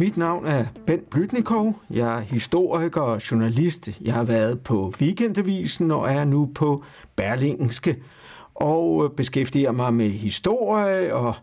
Mit navn er Bent Blytnikov. Jeg er historiker og journalist. Jeg har været på Weekendavisen og er nu på Berlingske og beskæftiger mig med historie og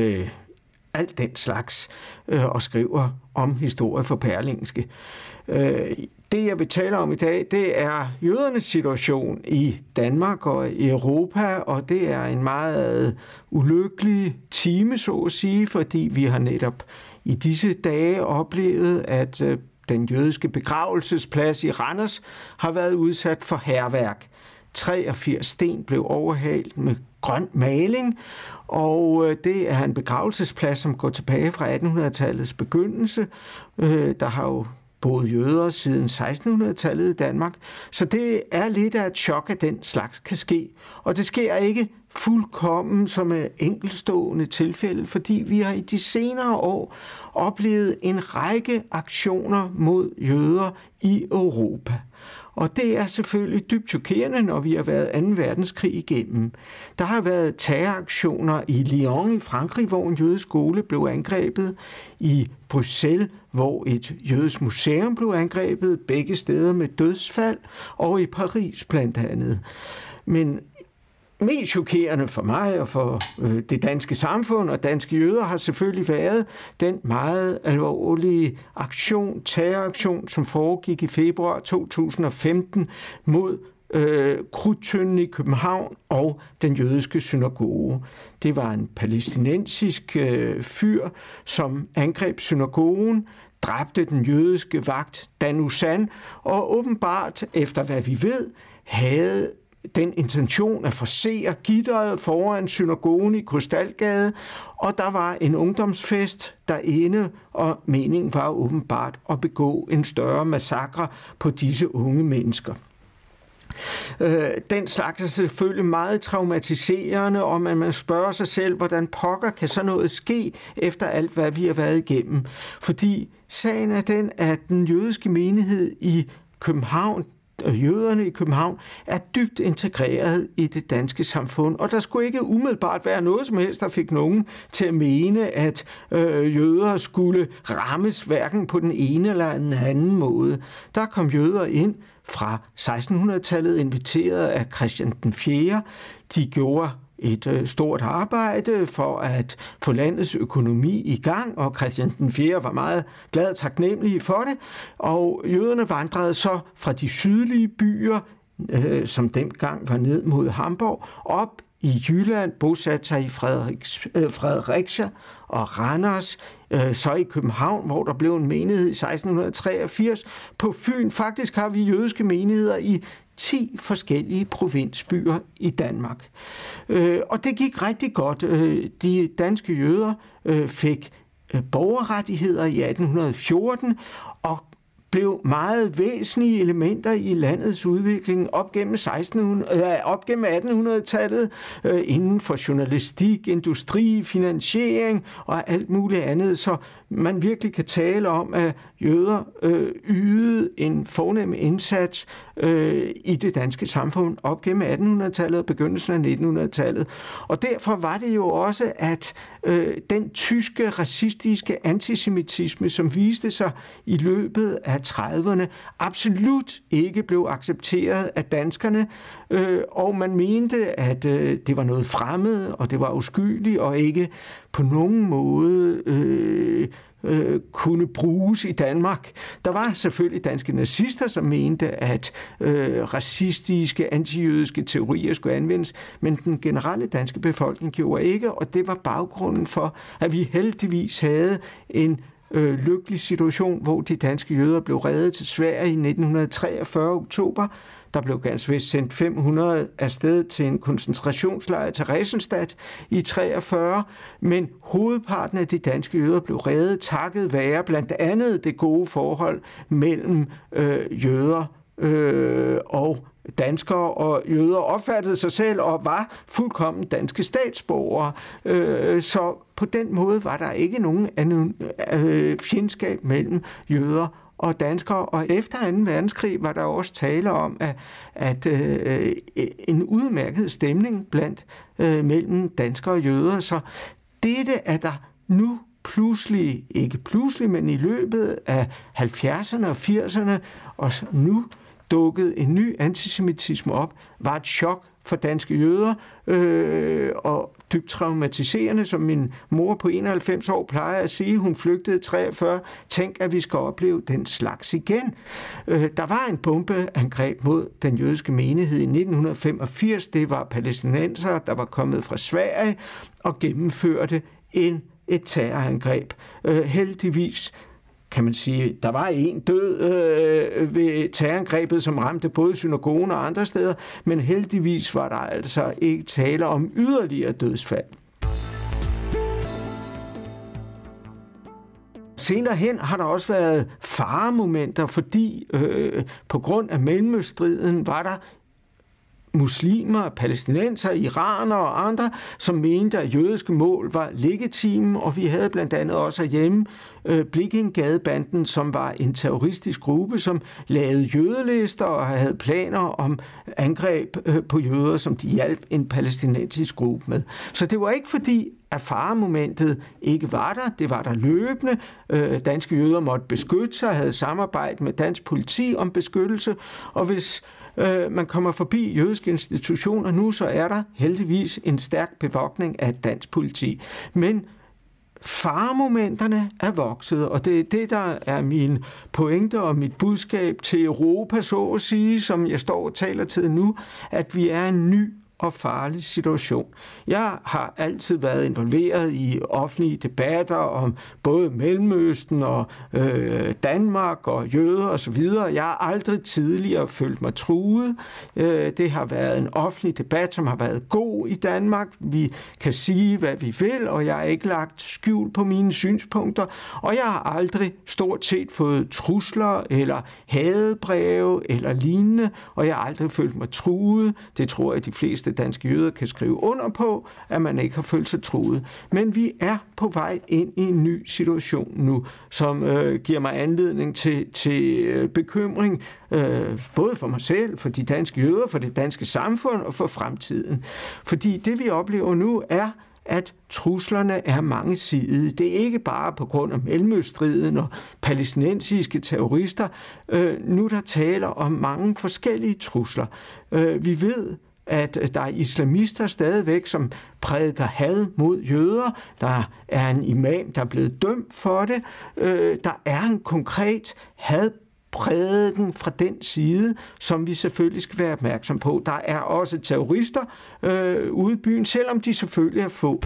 alt den slags og skriver om historie for Berlingske. Det, jeg vil tale om i dag, det er jødernes situation i Danmark og i Europa, og det er en meget ulykkelig time, så at sige, fordi vi har netop i disse dage oplevet, at den jødiske begravelsesplads i Randers har været udsat for hærværk. 83 sten blev overhalt med grøn maling, og det er en begravelsesplads, som går tilbage fra 1800-tallets begyndelse. Der har jo boet jøder siden 1600-tallet i Danmark, så det er lidt af et chok, at den slags kan ske. Og det sker ikke fuldkommen som et enkeltstående tilfælde, fordi vi har i de senere år oplevet en række aktioner mod jøder i Europa. Og det er selvfølgelig dybt chokerende, når vi har været 2. verdenskrig igennem. Der har været terroraktioner i Lyon i Frankrig, hvor en jødisk skole blev angrebet, i Bruxelles, hvor et jødisk museum blev angrebet, begge steder med dødsfald, og i Paris blandt andet. Men mest chokerende for mig og for det danske samfund og danske jøder har selvfølgelig været den meget alvorlige terroraktion, som foregik i februar 2015 mod Krudttønden i København og den jødiske synagoge. Det var en palæstinensisk fyr, som angreb synagogen, dræbte den jødiske vagt Dan Uzan, og åbenbart, efter hvad vi ved, havde den intention at forcere gitteret foran synagogen i Krystalgade, og der var en ungdomsfest derinde, og meningen var åbenbart at begå en større massakre på disse unge mennesker. Den slags er selvfølgelig meget traumatiserende, og man spørger sig selv, hvordan pokker kan så noget ske efter alt, hvad vi har været igennem. Fordi sagen er den, at den jødiske menighed i København, jøderne i København, er dybt integreret i det danske samfund, og der skulle ikke umiddelbart være noget som helst, der fik nogen til at mene, at jøder skulle rammes hverken på den ene eller den anden måde. Der kom jøder ind fra 1600-tallet, inviteret af Christian den 4. De gjorde et stort arbejde for at få landets økonomi i gang, og Christian den 4. var meget glad og taknemmelig for det, og jøderne vandrede så fra de sydlige byer, som dengang var ned mod Hamborg, op i Jylland, bosatte sig i Fredericia og Randers, så i København, hvor der blev en menighed i 1683. På Fyn faktisk har vi jødiske menigheder i 10 forskellige provinsbyer i Danmark. Og det gik rigtig godt. De danske jøder fik borgerrettigheder i 1814 og blev meget væsentlige elementer i landets udvikling op gennem 1800-tallet inden for journalistik, industri, finansiering og alt muligt andet, så man virkelig kan tale om, at jøder ydede en fornem indsats i det danske samfund op gennem 1800-tallet og begyndelsen af 1900-tallet. Og derfor var det jo også, at den tyske racistiske antisemitisme, som viste sig i løbet af 30'erne, absolut ikke blev accepteret af danskerne, og man mente, at det var noget fremmed, og det var uskyldigt, og ikke på nogen måde kunne bruges i Danmark. Der var selvfølgelig danske nazister, som mente, at racistiske, antijødiske teorier skulle anvendes, men den generelle danske befolkning gjorde ikke, og det var baggrunden for, at vi heldigvis havde en lykkelig situation, hvor de danske jøder blev reddet til Sverige i 1943 oktober. Der blev ganske vist sendt 500 afsted til en koncentrationslejr til Theresienstadt i 43, men hovedparten af de danske jøder blev reddet takket være blandt andet det gode forhold mellem jøder og danskere, og jøder opfattede sig selv og var fuldkommen danske statsborgere. Så på den måde var der ikke nogen fjendskab mellem jøder og danskere, og efter 2. verdenskrig var der også tale om, at en udmærket stemning blandt mellem danskere og jøder. Så dette er der nu men i løbet af 70'erne og 80'erne, og nu dukkede en ny antisemitisme op, var et chok for danske jøder, og dybt traumatiserende, som min mor på 91 år plejer at sige. Hun flygtede 43. Tænk, at vi skal opleve den slags igen. Der var en bombeangreb mod den jødiske menighed i 1985. Det var palæstinensere, der var kommet fra Sverige og gennemførte et terrorangreb. Heldigvis kan man sige, der var en død ved terrorangrebet, som ramte både synagogen og andre steder, men heldigvis var der altså ikke tale om yderligere dødsfald. Senere hen har der også været faremomenter, fordi på grund af Mellemøststriden var der muslimer, palæstinenser, iranere og andre, som mente, at jødiske mål var legitime, og vi havde blandt andet også hjemme Blekingegadebanden, som var en terroristisk gruppe, som lavede jødelister og havde planer om angreb på jøder, som de hjalp en palæstinensisk gruppe med. Så det var ikke fordi, at faremomentet ikke var der. Det var der løbende. Danske jøder måtte beskytte sig, havde samarbejdet med dansk politi om beskyttelse, og hvis man kommer forbi jødiske institutioner nu, så er der heldigvis en stærk bevogtning af dansk politi. Men faremomenterne er vokset, og det er det, der er min pointe og mit budskab til Europa, så at sige, som jeg står og taler til nu, at vi er en ny og farlig situation. Jeg har altid været involveret i offentlige debatter om både Mellemøsten og Danmark og jøder osv. Jeg har aldrig tidligere følt mig truet. Det har været en offentlig debat, som har været god i Danmark. Vi kan sige, hvad vi vil, og jeg har ikke lagt skjul på mine synspunkter, og jeg har aldrig stort set fået trusler eller hadebreve eller lignende, og jeg har aldrig følt mig truet. Det tror jeg, de fleste danske jøder kan skrive under på, at man ikke har følt sig truet. Men vi er på vej ind i en ny situation nu, som giver mig anledning til bekymring, både for mig selv, for de danske jøder, for det danske samfund og for fremtiden. Fordi det, vi oplever nu, er, at truslerne er mangesidige. Det er ikke bare på grund af Mellemøststriden og palæstinensiske terrorister. Nu der taler om mange forskellige trusler. Vi ved, at der er islamister stadigvæk, som prædiker had mod jøder. Der er en imam, der er blevet dømt for det. Der er en konkret hadprædiken fra den side, som vi selvfølgelig skal være opmærksom på. Der er også terrorister ude i byen, selvom de selvfølgelig er få.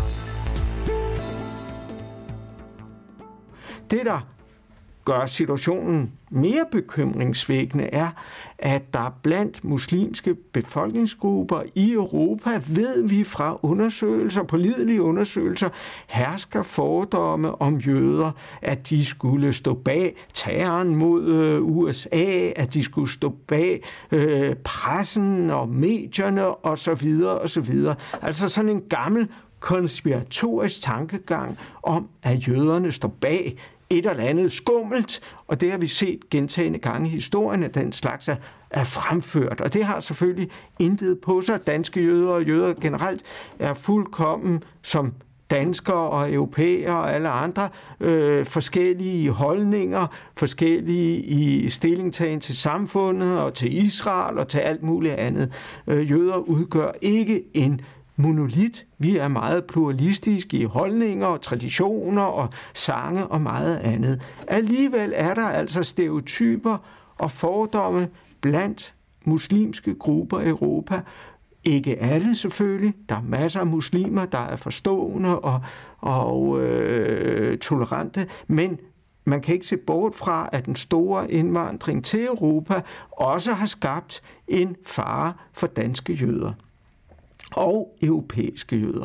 Det, der gør situationen mere bekymringsvækkende, er, at der blandt muslimske befolkningsgrupper i Europa, ved vi fra undersøgelser, pålidelige undersøgelser, hersker fordomme om jøder, at de skulle stå bag terroren mod USA, at de skulle stå bag pressen og medierne osv. osv. Altså sådan en gammel konspiratorisk tankegang om, at jøderne står bag et eller andet skummelt, og det har vi set gentagne gange i historien, at den slags er fremført. Og det har selvfølgelig intet på sig. Danske jøder og jøder generelt er fuldkommen som danskere og europæere og alle andre forskellige holdninger, forskellige i stillingtagen til samfundet og til Israel og til alt muligt andet. Jøder udgør ikke en monolit. Vi er meget pluralistiske i holdninger og traditioner og sange og meget andet. Alligevel er der altså stereotyper og fordomme blandt muslimske grupper i Europa. Ikke alle selvfølgelig. Der er masser af muslimer, der er forstående og tolerante, men man kan ikke se bort fra, at den store indvandring til Europa også har skabt en fare for danske jøder og europæiske jøder.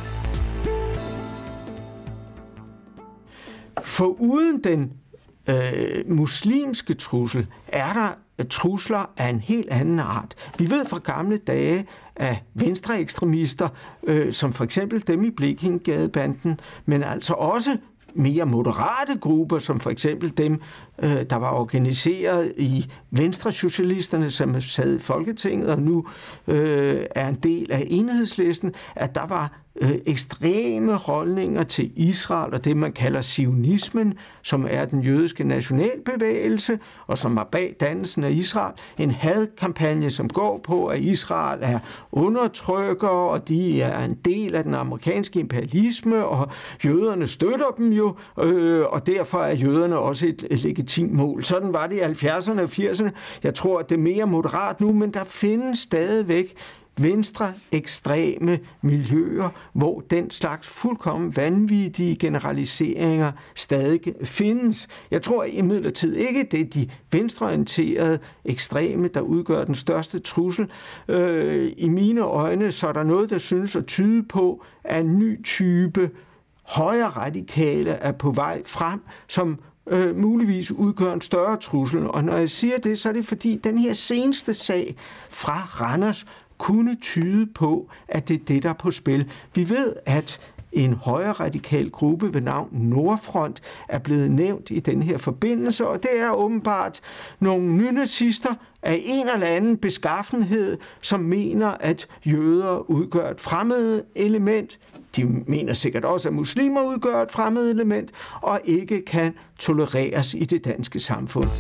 Foruden den muslimske trussel er der trusler af en helt anden art. Vi ved fra gamle dage af venstreekstremister, som for eksempel dem i Blekingegadebanden, men altså også mere moderate grupper, som for eksempel dem, der var organiseret i Venstresocialisterne, som sad i Folketinget og nu er en del af Enhedslisten, at der var ekstreme holdninger til Israel og det, man kalder zionismen, som er den jødiske nationalbevægelse, og som var bag dannelsen af Israel. En hadkampagne, som går på, at Israel er undertrykker, og de er en del af den amerikanske imperialisme, og jøderne støtter dem jo, og derfor er jøderne også et legitimt mål. Sådan var det i 70'erne og 80'erne. Jeg tror, at det er mere moderat nu, men der findes stadigvæk venstre ekstreme miljøer, hvor den slags fuldkommen vanvittige generaliseringer stadig findes. Jeg tror imidlertid ikke, det er de venstreorienterede ekstreme, der udgør den største trussel. I mine øjne, så er der noget, der synes at tyde på, at en ny type højre radikale er på vej frem, som muligvis udgør en større trussel. Og når jeg siger det, så er det fordi, den her seneste sag fra Randers kunne tyde på, at det er det, der er på spil. Vi ved, at en højre radikal gruppe ved navn Nordfront er blevet nævnt i den her forbindelse, og det er åbenbart nogle nynazister af en eller anden beskaffenhed, som mener, at jøder udgør et fremmed element. De mener sikkert også, at muslimer udgør et fremmed element, og ikke kan tolereres i det danske samfund.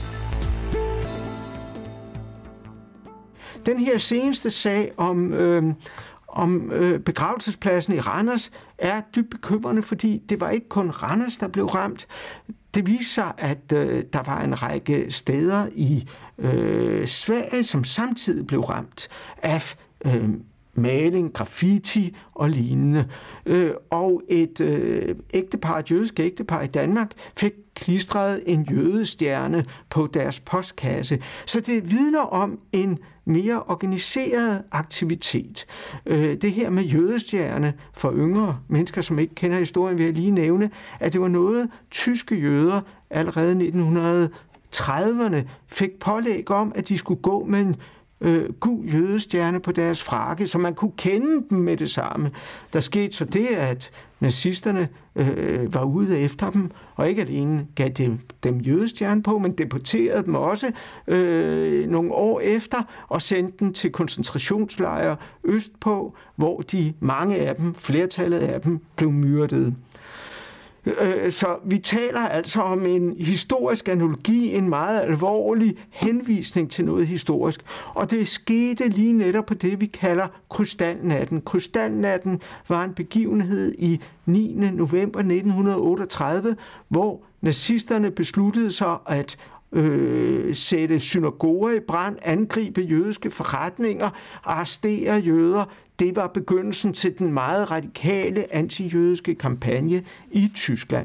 Den her seneste sag om begravelsespladsen i Randers er dybt bekymrende, fordi det var ikke kun Randers, der blev ramt. Det viser sig, at der var en række steder i Sverige, som samtidig blev ramt af maling, graffiti og lignende. Og et jødisk ægtepar i Danmark fik klistret en jødestjerne på deres postkasse. Så det vidner om en mere organiseret aktivitet. Det her med jødestjerne for yngre mennesker, som ikke kender historien, vil jeg lige nævne, at det var noget, tyske jøder allerede i 1930'erne fik pålæg om, at de skulle gå med en gul jødestjerne på deres frakke, så man kunne kende dem med det samme. Der skete så det, at nazisterne var ude efter dem, og ikke alene gav dem jødestjerne på, men deporterede dem også nogle år efter, og sendte dem til koncentrationslejre østpå, hvor mange af dem, flertallet af dem, blev myrdet. Så vi taler altså om en historisk analogi, en meget alvorlig henvisning til noget historisk. Og det skete lige netop på det, vi kalder krystalnatten. Krystalnatten var en begivenhed i 9. november 1938, hvor nazisterne besluttede sig at sætte synagoger i brand, angribe jødiske forretninger, arrestere jøder. Det var begyndelsen til den meget radikale antijødiske kampagne i Tyskland.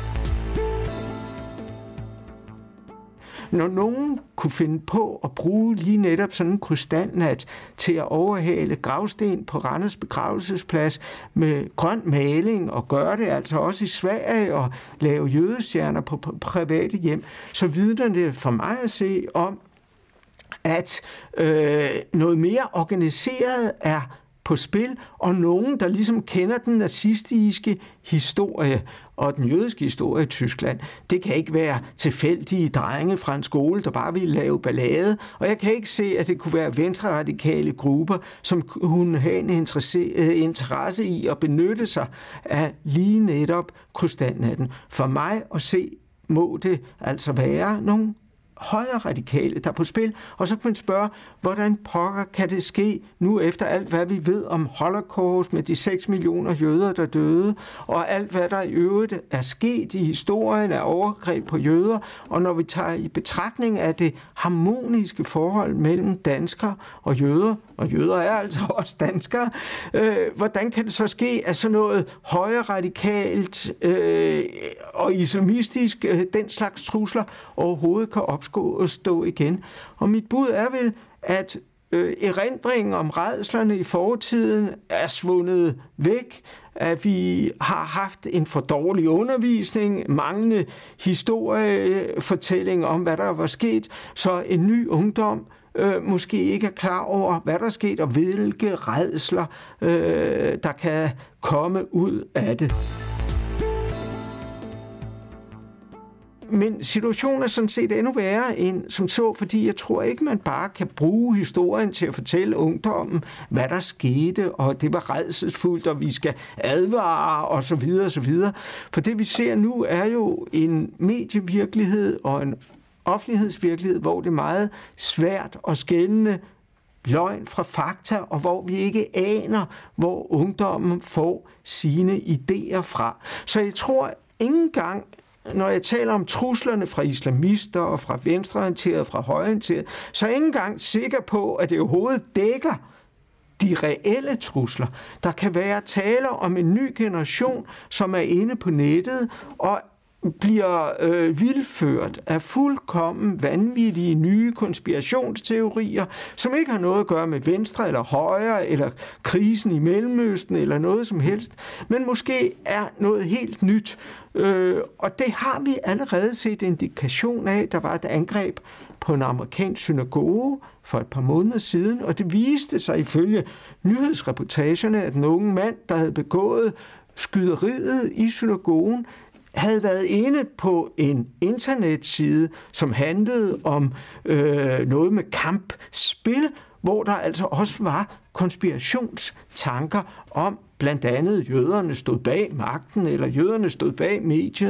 Når nogen kunne finde på at bruge lige netop sådan en krystalnat til at overhale gravsten på Randers begravelsesplads med grøn maling, og gøre det altså også i Sverige og lave jødestjerner på private hjem, så vidner det for mig at se om, at noget mere organiseret er på spil, og nogen, der ligesom kender den nazistiske historie og den jødiske historie i Tyskland. Det kan ikke være tilfældige drenge fra en skole, der bare ville lave ballade, og jeg kan ikke se, at det kunne være venstreradikale grupper, som kunne have en interesse i at benytte sig af lige netop krystalnatten. For mig at se, må det altså være nogle højre radikale, der er på spil, og så kan man spørge, hvordan pokker kan det ske nu efter alt, hvad vi ved om Holocaust med de 6 millioner jøder, der døde, og alt, hvad der i øvrigt er sket i historien af overgreb på jøder, og når vi tager i betragtning af det harmoniske forhold mellem danskere og jøder er altså også danskere, hvordan kan det så ske, at sådan noget højre radikalt og islamistisk, den slags trusler overhovedet kan opstå igen? Og mit bud er vel, at erindringen om rædslerne i fortiden er svundet væk, at vi har haft en for dårlig undervisning, manglende historiefortælling om, hvad der var sket, så en ny ungdom måske ikke er klar over, hvad der er sket, og hvilke rædsler, der kan komme ud af det. Men situationen er sådan set endnu værre end som så, fordi jeg tror ikke, man bare kan bruge historien til at fortælle ungdommen, hvad der skete, og det var rædselsfuldt, og vi skal advare, og så videre, og så videre. For det, vi ser nu, er jo en medievirkelighed og en offentlighedsvirkelighed, hvor det er meget svært at skelne løgn fra fakta, og hvor vi ikke aner, hvor ungdommen får sine idéer fra. Så jeg tror ikke engang, når jeg taler om truslerne fra islamister og fra venstreorienterede og fra højreorienterede, så er jeg ikke engang sikker på, at det overhovedet dækker de reelle trusler. Der kan være tale om en ny generation, som er inde på nettet og bliver vildført af fuldkommen vanvittige nye konspirationsteorier, som ikke har noget at gøre med venstre eller højre, eller krisen i Mellemøsten, eller noget som helst, men måske er noget helt nyt. Og det har vi allerede set indikation af. Der var et angreb på en amerikansk synagoge for et par måneder siden, og det viste sig ifølge nyhedsreportagerne, at en unge mand, der havde begået skyderiet i synagogen, havde været inde på en internetside, som handlede om noget med kampspil, hvor der altså også var konspirationstanker om blandt andet jøderne stod bag magten, eller jøderne stod bag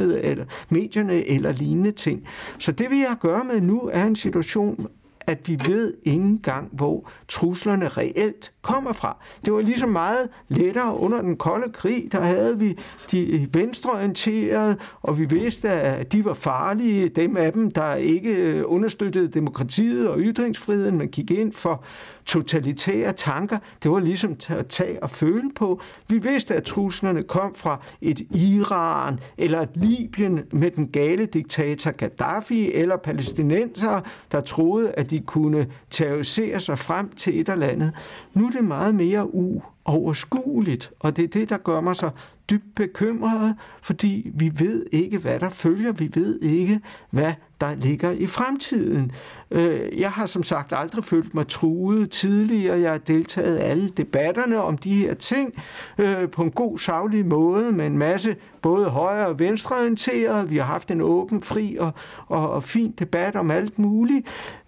medierne eller lignende ting. Så det vi har at gøre med nu er en situation, at vi ved ikke engang, hvor truslerne reelt kommer fra. Det var ligesom meget lettere under den kolde krig. Der havde vi de venstreorienterede, og vi vidste, at de var farlige. Dem af dem, der ikke understøttede demokratiet og ytringsfriheden, men gik ind for totalitære tanker. Det var ligesom at tage og føle på. Vi vidste, at truslerne kom fra et Iran eller et Libyen med den gale diktator Gaddafi eller palæstinensere, der troede, at de kunne terrorisere sig frem til et eller andet. Nu er det meget mere uoverskueligt, og det er det, der gør mig så dybt bekymret, fordi vi ved ikke, hvad der følger. Vi ved ikke, hvad der ligger i fremtiden. Jeg har som sagt aldrig følt mig truet tidligere. Jeg har deltaget i alle debatterne om de her ting på en god, saglig måde med en masse både højre- og venstreorienterede. Vi har haft en åben, fri og fin debat om alt muligt.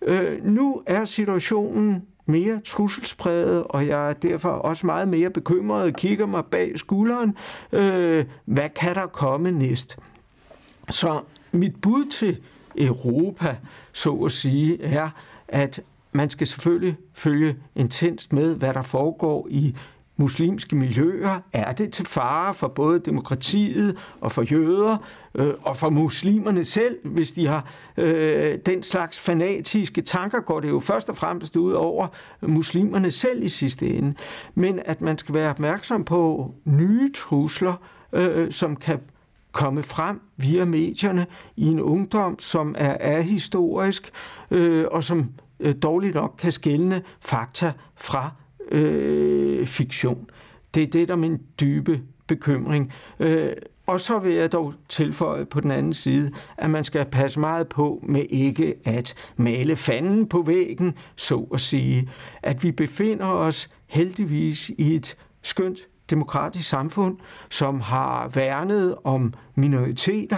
Nu er situationen mere trusselspræget, og jeg er derfor også meget mere bekymret og kigger mig bag skulderen. Hvad kan der komme næst? Så mit bud til Europa, så at sige, er, at man skal selvfølgelig følge intenst med, hvad der foregår i muslimske miljøer. Er det til fare for både demokratiet og for jøder og for muslimerne selv? Hvis de har den slags fanatiske tanker, går det jo først og fremmest ud over muslimerne selv i sidste ende. Men at man skal være opmærksom på nye trusler, som kan komme frem via medierne i en ungdom, som er ahistorisk og som dårligt nok kan skelne fakta fra fiktion. Det er det, der er min dybe bekymring. Og så vil jeg dog tilføje på den anden side, at man skal passe meget på med ikke at male fanden på væggen, så at sige. At vi befinder os heldigvis i et skønt demokratisk samfund, som har værnet om minoriteter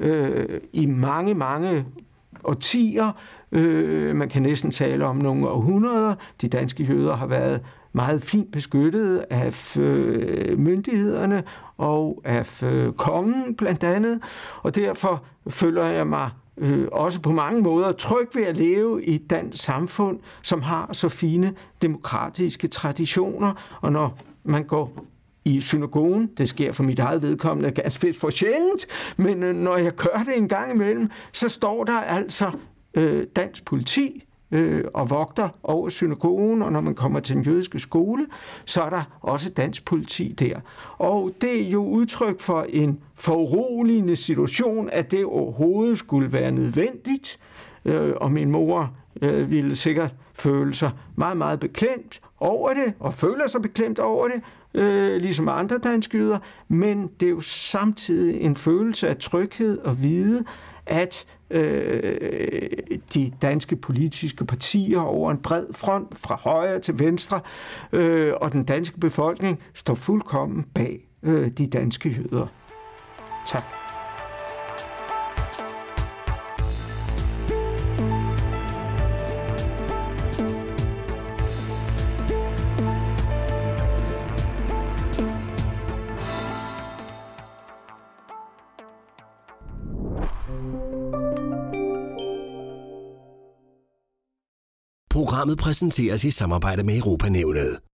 i mange, mange årtier. Man kan næsten tale om nogle århundreder. De danske jøder har været meget fint beskyttet af myndighederne og af kongen blandt andet, og derfor føler jeg mig også på mange måder tryg ved at leve i et dansk samfund, som har så fine demokratiske traditioner, og når man går i synagogen, det sker for mit eget vedkommende ganske for sjældent, men når jeg gør det en gang imellem, så står der altså dansk politi og vogter over synagogen, og når man kommer til den jødiske skole, så er der også dansk politi der. Og det er jo udtryk for en foruroligende situation, at det overhovedet skulle være nødvendigt, og min mor ville sikkert føle sig meget, meget beklemt over det, og føler sig beklemt over det, ligesom andre danske jøder, men det er jo samtidig en følelse af tryghed og vide, at de danske politiske partier over en bred front fra højre til venstre og den danske befolkning står fuldkommen bag de danske jøder. Tak. Programmet præsenteres i samarbejde med Europanævnet.